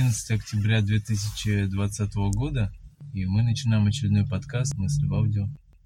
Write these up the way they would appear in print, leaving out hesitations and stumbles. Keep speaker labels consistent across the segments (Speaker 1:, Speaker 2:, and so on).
Speaker 1: 11 октября 2020 года, и мы начинаем очередной подкаст «Мысли в аудио».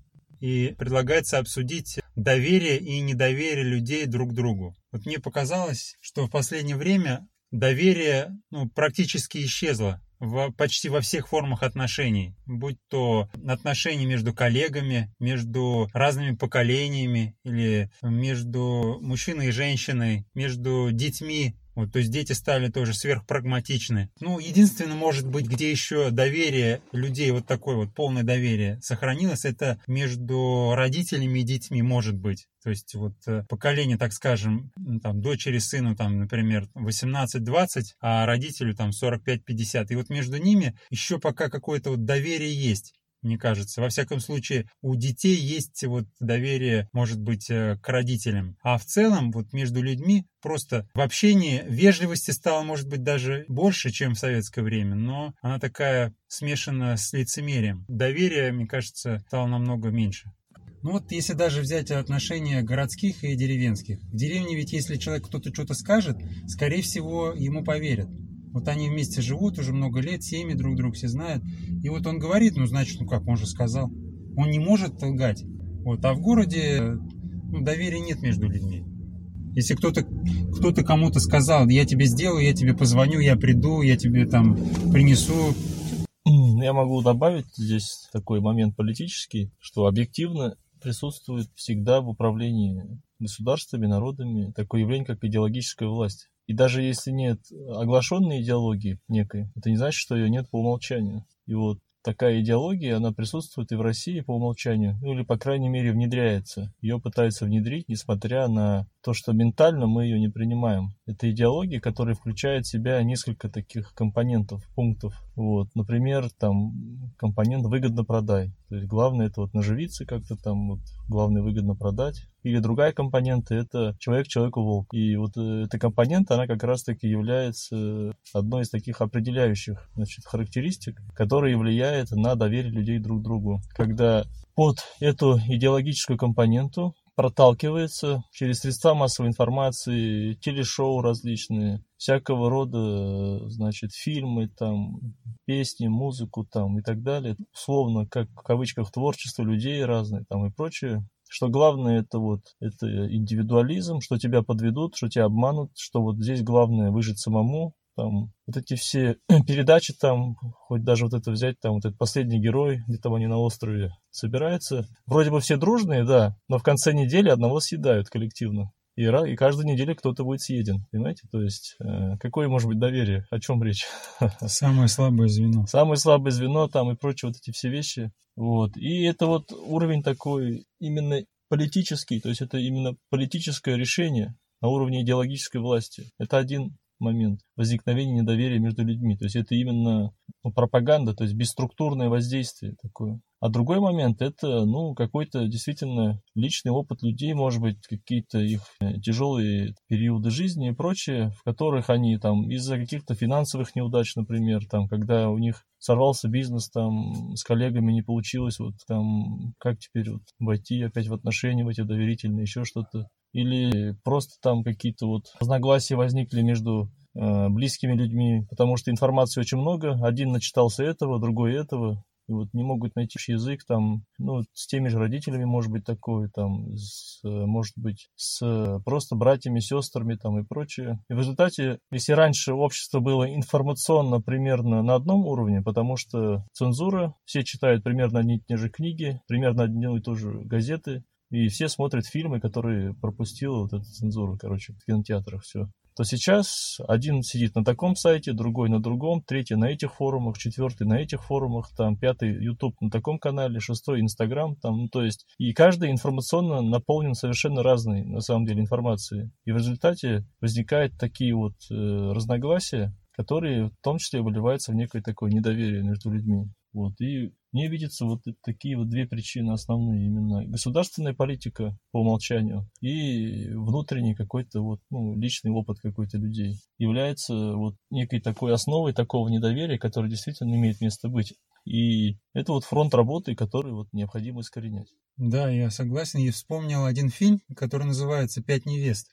Speaker 2: И предлагается обсудить доверие и недоверие людей друг к другу. Вот мне показалось, что в последнее время доверие практически исчезло почти во всех формах отношений. Будь то отношения между коллегами, между разными поколениями, или между мужчиной и женщиной, между детьми. То есть дети стали тоже сверхпрагматичны. Единственное, может быть, где еще доверие людей, такое полное доверие сохранилось, это между родителями и детьми, может быть. То есть поколение, так скажем, дочери, сыну, например, 18-20, а родителю 45-50. И между ними еще пока какое-то доверие есть. Мне кажется. Во всяком случае, у детей есть доверие, может быть, к родителям. А в целом, между людьми просто в общении вежливости стало, может быть, даже больше, чем в советское время, но она такая смешана с лицемерием. Доверия, мне кажется, стало намного меньше. Если даже взять отношения городских и деревенских. В деревне ведь, если человек кто-то что-то скажет, скорее всего, ему поверят. Они вместе живут уже много лет, семьи друг друга все знают. И он говорит, значит, он же сказал. Он не может лгать. А в городе доверия нет между людьми. Если кто-то кому-то сказал, я тебе сделаю, я тебе позвоню, я приду, я тебе принесу.
Speaker 3: Я могу добавить здесь такой момент политический, что объективно присутствует всегда в управлении государствами, народами такое явление, как идеологическая власть. И даже если нет оглашенной идеологии некой, это не значит, что ее нет по умолчанию. И такая идеология, она присутствует и в России по умолчанию, или, по крайней мере, внедряется. Ее пытаются внедрить, несмотря на то, что ментально мы ее не принимаем. Это идеология, которая включает в себя несколько таких компонентов, пунктов. Например, компонент «выгодно продай». То есть главное это наживиться как-то главное выгодно продать. Или другая компонента – это человек человеку волк. И эта компонента, она как раз-таки является одной из таких определяющих характеристик, которые влияют на доверие людей друг к другу. Когда под эту идеологическую компоненту проталкивается через средства массовой информации, телешоу различные, всякого рода, фильмы, песни, музыку и так далее. Условно, как в кавычках, творчество людей разные и прочее. Что главное это индивидуализм, что тебя подведут, что тебя обманут, что здесь главное выжить самому. Эти все передачи, хоть даже это взять, этот последний герой, где они на острове собираются. Вроде бы все дружные, да, но в конце недели одного съедают коллективно. И каждую неделю кто-то будет съеден, понимаете? То есть, какое может быть доверие? О чем речь?
Speaker 2: Самое слабое звено.
Speaker 3: Самое слабое звено, и прочие эти все вещи. И это уровень такой именно политический, то есть это именно политическое решение на уровне идеологической власти. Это один момент возникновения недоверия между людьми. То есть это именно пропаганда, то есть бесструктурное воздействие такое. А другой момент это какой-то действительно личный опыт людей, может быть, какие-то их тяжелые периоды жизни и прочее, в которых они из-за каких-то финансовых неудач, например, когда у них сорвался бизнес, с коллегами не получилось, как теперь войти опять в отношения, в эти доверительные, еще что-то. Или просто какие-то разногласия возникли между близкими людьми, потому что информации очень много, один начитался этого, другой этого, и не могут найти общий язык, с теми же родителями может быть такое, может быть, с просто братьями, сестрами и прочее. И в результате, если раньше общество было информационно примерно на одном уровне, потому что цензура, все читают примерно одни и те же книги, примерно одни и те же газеты, и все смотрят фильмы, которые пропустила эту цензуру, в кинотеатрах, все. То сейчас один сидит на таком сайте, другой на другом, третий на этих форумах, четвертый на этих форумах, пятый YouTube на таком канале, шестой Instagram, то есть, и каждый информационно наполнен совершенно разной, на самом деле, информацией. И в результате возникают такие разногласия, которые в том числе выливаются в некое такое недоверие между людьми. И мне видятся такие две причины основные. Именно государственная политика по умолчанию и внутренний какой-то личный опыт какой-то людей является некой такой основой такого недоверия, которое действительно имеет место быть. И это фронт работы, который необходимо искоренять.
Speaker 2: Да, я согласен. Я вспомнил один фильм, который называется «Пять невест».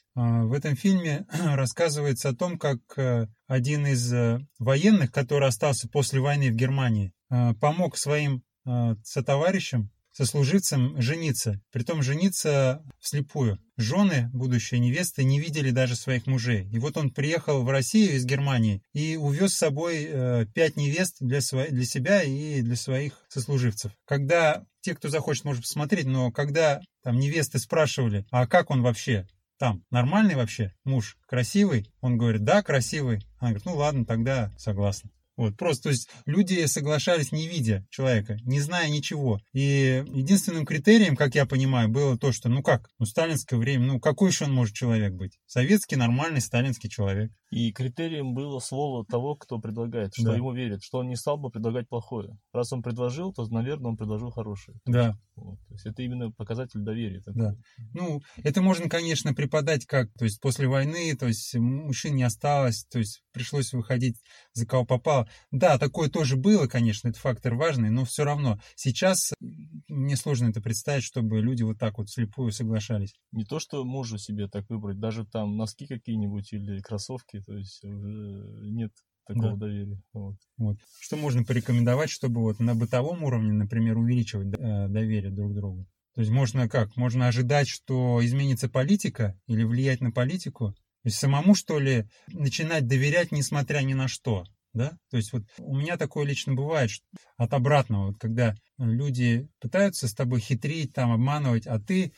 Speaker 2: В этом фильме рассказывается о том, как один из военных, который остался после войны в Германии, помог своим сотоварищам, сослуживцам жениться. Притом жениться вслепую. Жены, будущие невесты, не видели даже своих мужей. И вот он приехал в Россию из Германии и увез с собой 5 невест для себя и для своих сослуживцев. Когда те, кто захочет, может посмотреть, но когда там невесты спрашивали, а как он вообще? Там, нормальный вообще муж, красивый? Он говорит, да, красивый. Она говорит, ну ладно, тогда согласна. Вот, просто, то есть люди соглашались, не видя человека, не зная ничего. И единственным критерием, как я понимаю, было то, что, сталинское время, какой еще он может человек быть? Советский, нормальный сталинский человек.
Speaker 3: И критерием было слово того, кто предлагает, что ему верят, что он не стал бы предлагать плохое. Раз он предложил, то, наверное, он предложил хорошее.
Speaker 2: Да.
Speaker 3: Вот. То есть это именно показатель доверия.
Speaker 2: Да. Это можно, конечно, преподать как, то есть после войны, то есть мужчин не осталось, то есть пришлось выходить за кого попало. Да, такое тоже было, конечно, это фактор важный, но все равно сейчас мне сложно это представить, чтобы люди вот так вот вслепую соглашались.
Speaker 3: Не то, что мужу себе так выбрать, даже там носки какие-нибудь или кроссовки, то есть уже нет такого доверия.
Speaker 2: Вот. Что можно порекомендовать, чтобы вот на бытовом уровне, например, увеличивать доверие друг к другу? То есть можно как? Можно ожидать, что изменится политика или влиять на политику? То есть самому, что ли, начинать доверять, несмотря ни на что? Да? То есть вот у меня такое лично бывает, что от обратного, вот когда люди пытаются с тобой хитрить, там, обманывать, а ты,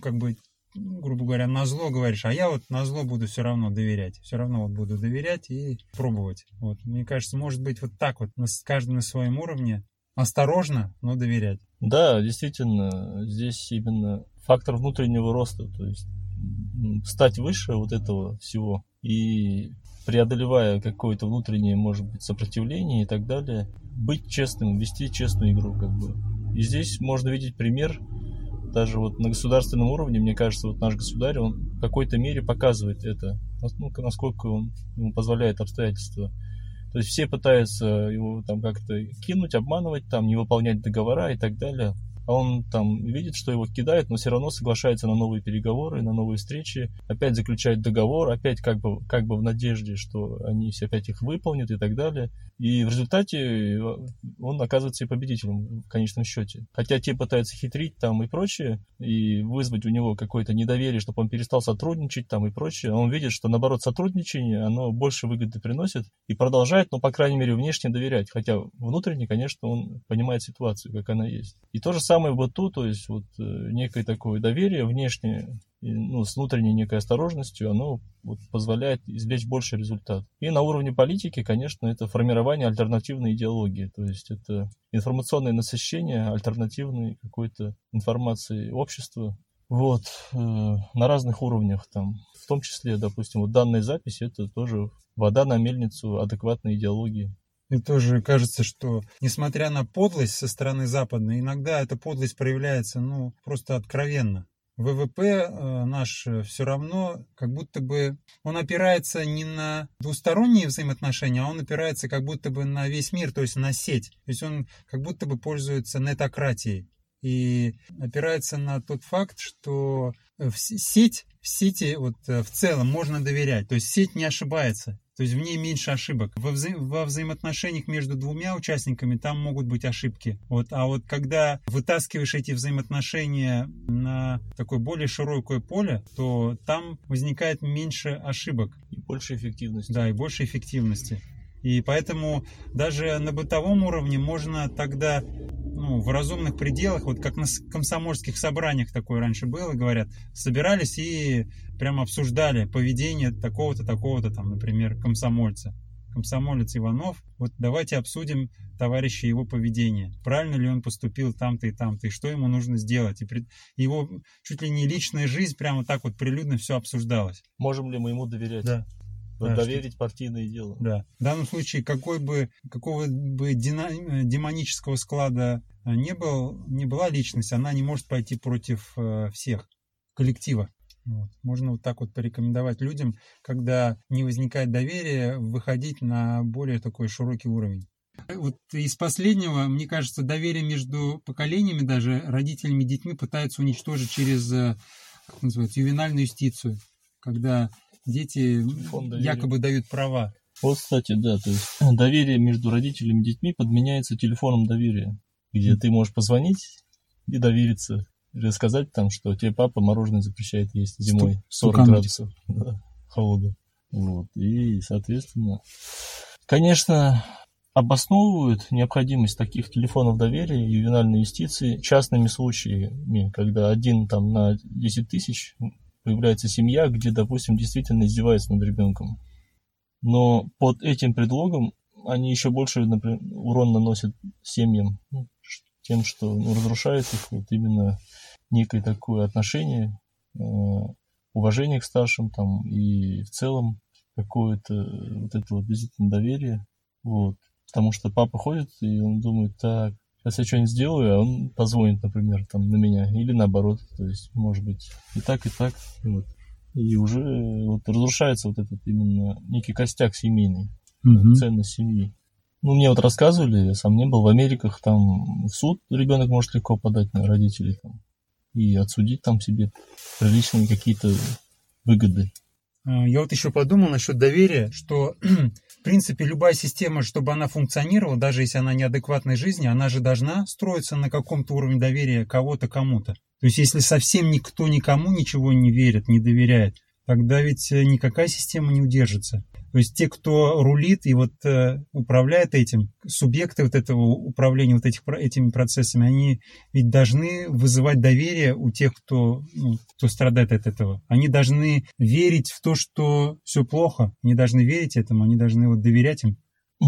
Speaker 2: грубо говоря, назло говоришь, а я вот назло буду все равно доверять. Все равно вот буду доверять и пробовать. Вот. Мне кажется, может быть вот так вот, каждый на своем уровне, осторожно, но доверять.
Speaker 3: Да, действительно, здесь именно фактор внутреннего роста, то есть стать выше вот этого всего и преодолевая какое-то внутреннее, может быть, сопротивление и так далее, быть честным, вести честную игру, И здесь можно видеть пример, даже вот на государственном уровне, мне кажется, вот наш государь, он в какой-то мере показывает это, насколько ему позволяет обстоятельства. То есть все пытаются его там как-то кинуть, обманывать, там, не выполнять договора и так далее. А он там видит, что его кидают, но все равно соглашается на новые переговоры, на новые встречи, опять заключает договор, опять как бы в надежде, что они все опять их выполнят и так далее. И в результате он оказывается и победителем в конечном счете. Хотя те пытаются хитрить там и прочее, и вызвать у него какое-то недоверие, чтобы он перестал сотрудничать там и прочее. А он видит, что наоборот сотрудничание, оно больше выгоды приносит и продолжает, по крайней мере, внешне доверять. Хотя внутренне, конечно, он понимает ситуацию, как она есть. И то же самое в быту, то есть вот некое такое доверие внешнее, с внутренней некой осторожностью, оно позволяет извлечь больший результат. И на уровне политики, конечно, это формирование альтернативной идеологии, то есть это информационное насыщение альтернативной какой-то информации общества. На разных уровнях там. В том числе, допустим, данная запись, это тоже вода на мельницу адекватной идеологии.
Speaker 2: Мне тоже кажется, что, несмотря на подлость со стороны западной, иногда эта подлость проявляется, просто откровенно. ВВП наш все равно, как будто бы он опирается не на двусторонние взаимоотношения, а он опирается как будто бы на весь мир, то есть на сеть. То есть он как будто бы пользуется нетократией. И опирается на тот факт, что в сети в целом можно доверять. То есть сеть не ошибается. То есть в ней меньше ошибок. Во взаимоотношениях между двумя участниками там могут быть ошибки. А когда вытаскиваешь эти взаимоотношения на такое более широкое поле, то там возникает меньше ошибок.
Speaker 3: И больше эффективности.
Speaker 2: Да, и больше эффективности. И поэтому даже на бытовом уровне можно тогда в разумных пределах, как на комсомольских собраниях такое раньше было, говорят, собирались и прямо обсуждали поведение такого-то, такого-то, там, например, комсомольца. Комсомолец Иванов, давайте обсудим, товарищи, его поведение. Правильно ли он поступил там-то и там-то, и что ему нужно сделать. И его чуть ли не личная жизнь прямо так прилюдно все обсуждалось.
Speaker 3: Можем ли мы ему доверять?
Speaker 2: Да.
Speaker 3: Доверить партийное дело.
Speaker 2: Да. В данном случае, какого бы демонического склада не была личность, она не может пойти против всех, коллектива. Можно так порекомендовать людям, когда не возникает доверия, выходить на более такой широкий уровень. Из последнего, мне кажется, доверие между поколениями, даже родителями и детьми, пытаются уничтожить через, ювенальную юстицию. когда дети якобы дают права.
Speaker 3: Вот, кстати, да, то есть доверие между родителями и детьми подменяется телефоном доверия, где ты можешь позвонить и довериться, или сказать там, что тебе папа мороженое запрещает есть зимой 40 градусов холода. Вот. И, соответственно, конечно, обосновывают необходимость таких телефонов доверия и ювенальной юстиции частными случаями, когда один там на 10 тысяч появляется семья, где, допустим, действительно издеваются над ребенком. Но под этим предлогом они еще больше, например, урон наносят семьям, тем, что разрушает их вот именно некое такое отношение, уважение к старшим там, и в целом какое-то вот это вот действительно доверие. Вот. Потому что папа ходит, и он думает, так, сейчас я что-нибудь сделаю, а он позвонит, например, там, на меня, или наоборот, то есть, может быть, и так, вот. И уже вот разрушается вот этот именно некий костяк семейный, ценность семьи. Ну, мне вот рассказывали, я сам не был в Америках, там в суд ребенок может легко подать на родителей там, и отсудить там себе приличные какие-то выгоды.
Speaker 2: Я вот еще подумал насчет доверия, что, в принципе, любая система, чтобы она функционировала, даже если она неадекватной жизни, она же должна строиться на каком-то уровне доверия кого-то кому-то. То есть, если совсем никто никому ничего не верит, не доверяет, тогда ведь никакая система не удержится. То есть те, кто рулит и вот управляет этим, субъекты вот этого управления вот этими процессами, они ведь должны вызывать доверие у тех, кто страдает от этого. Они должны верить в то, что все плохо. Они должны верить этому, они должны вот доверять им.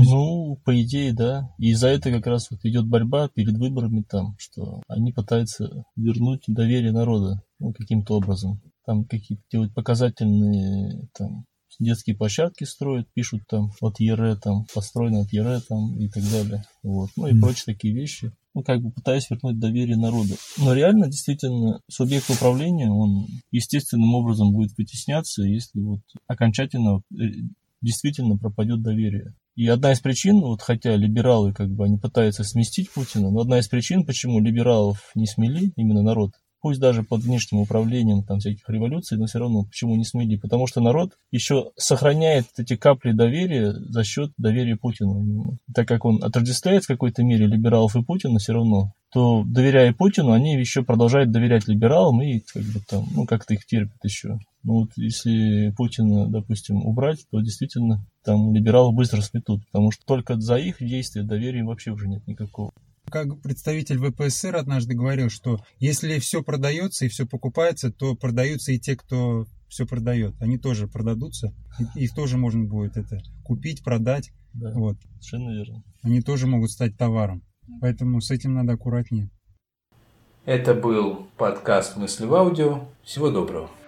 Speaker 3: Ну, по идее, да. И за это как раз вот идет борьба перед выборами там, что они пытаются вернуть доверие народа каким-то образом. Там какие-то делают показательные там детские площадки строят, пишут там от ЕРЭ, там, построено от ЕРЭ, там, и так далее. Вот. Ну и прочие такие вещи. Как бы пытаясь вернуть доверие народу. Но реально, действительно, субъект управления, он естественным образом будет вытесняться, если вот окончательно действительно пропадет доверие. И одна из причин, вот хотя либералы как бы они пытаются сместить Путина, но одна из причин, почему либералов не смели, именно народ, пусть даже под внешним управлением там всяких революций, но все равно почему не смели? Потому что народ еще сохраняет эти капли доверия за счет доверия Путину. Так как он отождествляет в какой-то мере либералов и Путина все равно, то, доверяя Путину, они еще продолжают доверять либералам и как бы там, как-то их терпят еще. Ну вот если Путина, допустим, убрать, то действительно там либералов быстро сметут, потому что только за их действия доверия вообще уже нет никакого.
Speaker 2: Как представитель ВПСР однажды говорил, что если все продается и все покупается, то продаются и те, кто все продает. Они тоже продадутся, их тоже можно будет это купить, продать.
Speaker 3: Да,
Speaker 2: вот.
Speaker 3: Совершенно верно.
Speaker 2: Они тоже могут стать товаром. Поэтому с этим надо аккуратнее.
Speaker 1: Это был подкаст «Мысли в аудио». Всего доброго.